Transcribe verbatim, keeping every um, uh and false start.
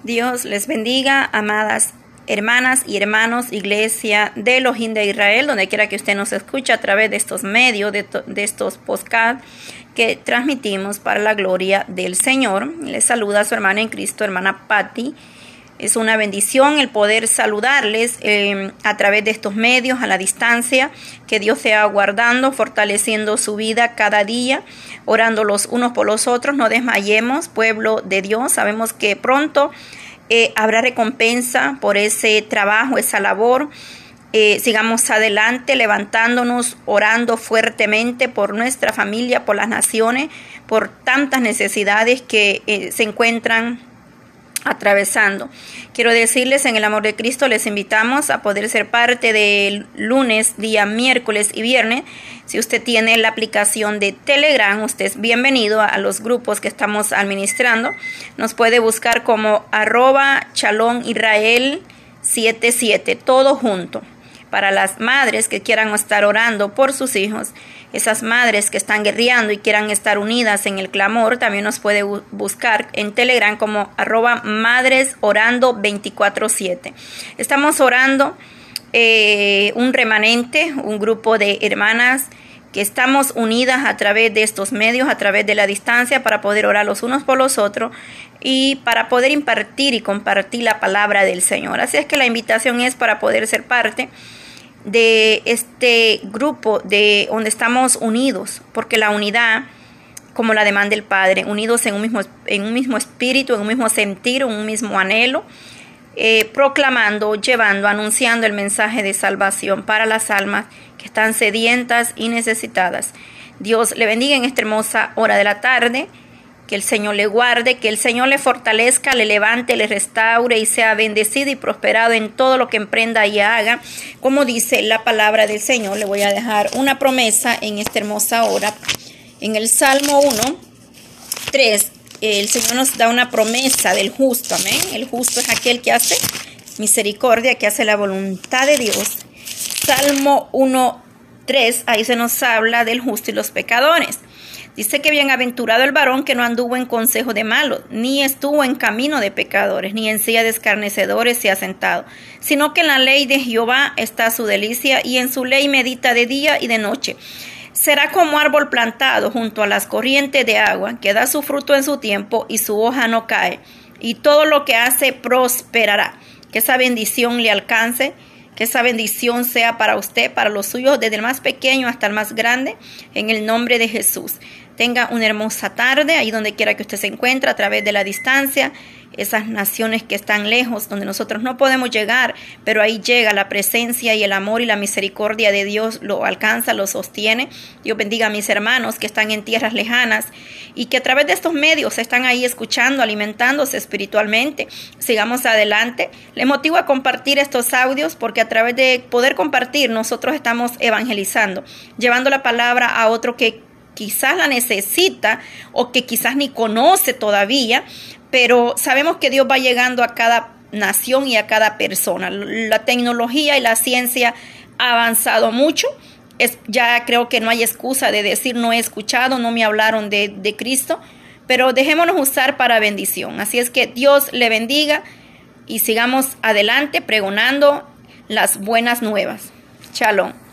Dios les bendiga, amadas hermanas y hermanos, Iglesia de Elohim de Israel, donde quiera que usted nos escuche a través de estos medios, de, de estos podcasts que transmitimos para la gloria del Señor. Les saluda a su hermana en Cristo, hermana Patti. Es una bendición el poder saludarles eh, a través de estos medios, a la distancia, que Dios sea guardando, fortaleciendo su vida cada día, orando los unos por los otros. No desmayemos, pueblo de Dios. Sabemos que pronto eh, habrá recompensa por ese trabajo, esa labor. Eh, sigamos adelante, levantándonos, orando fuertemente por nuestra familia, por las naciones, por tantas necesidades que eh, se encuentran atravesando. Quiero decirles, en el amor de Cristo, les invitamos a poder ser parte del lunes, día miércoles y viernes. Si usted tiene la aplicación de Telegram, usted es bienvenido a los grupos que estamos administrando. Nos puede buscar como arroba Shalom Israel setenta y siete, todo junto. Para las madres que quieran estar orando por sus hijos, esas madres que están guerreando y quieran estar unidas en el clamor, también nos puede buscar en Telegram como arroba madres orando veinticuatro siete. Estamos orando eh, un remanente, un grupo de hermanas que estamos unidas a través de estos medios, a través de la distancia, para poder orar los unos por los otros y para poder impartir y compartir la palabra del Señor. Así es que la invitación es para poder ser parte de este grupo de donde estamos unidos, porque la unidad, como la demanda el Padre, unidos en un mismo, en un mismo espíritu, en un mismo sentir, en un mismo anhelo, eh, proclamando, llevando, anunciando el mensaje de salvación para las almas que están sedientas y necesitadas. Dios le bendiga en esta hermosa hora de la tarde. Que el Señor le guarde, que el Señor le fortalezca, le levante, le restaure y sea bendecido y prosperado en todo lo que emprenda y haga. Como dice la palabra del Señor, le voy a dejar una promesa en esta hermosa hora. En el Salmo uno, tres, el Señor nos da una promesa del justo, amén. El justo es aquel que hace misericordia, que hace la voluntad de Dios. Salmo uno, tres, ahí se nos habla del justo y los pecadores. Dice que bienaventurado el varón que no anduvo en consejo de malos, ni estuvo en camino de pecadores, ni en silla de escarnecedores se ha sentado, sino que en la ley de Jehová está su delicia, y en su ley medita de día y de noche. Será como árbol plantado junto a las corrientes de agua, que da su fruto en su tiempo, y su hoja no cae, y todo lo que hace prosperará. Que esa bendición le alcance, que esa bendición sea para usted, para los suyos, desde el más pequeño hasta el más grande, en el nombre de Jesús. Tenga una hermosa tarde, ahí donde quiera que usted se encuentre, a través de la distancia, esas naciones que están lejos, donde nosotros no podemos llegar, pero ahí llega la presencia y el amor y la misericordia de Dios, lo alcanza, lo sostiene. Dios bendiga a mis hermanos que están en tierras lejanas y que a través de estos medios están ahí escuchando, alimentándose espiritualmente. Sigamos adelante. Les motivo a compartir estos audios, porque a través de poder compartir nosotros estamos evangelizando, llevando la palabra a otro que quizás la necesita o que quizás ni conoce todavía, pero sabemos que Dios va llegando a cada nación y a cada persona. La tecnología y la ciencia ha avanzado mucho. Es, ya creo que no hay excusa de decir no he escuchado, no me hablaron de, de Cristo, pero dejémonos usar para bendición. Así es que Dios le bendiga y sigamos adelante pregonando las buenas nuevas. Shalom.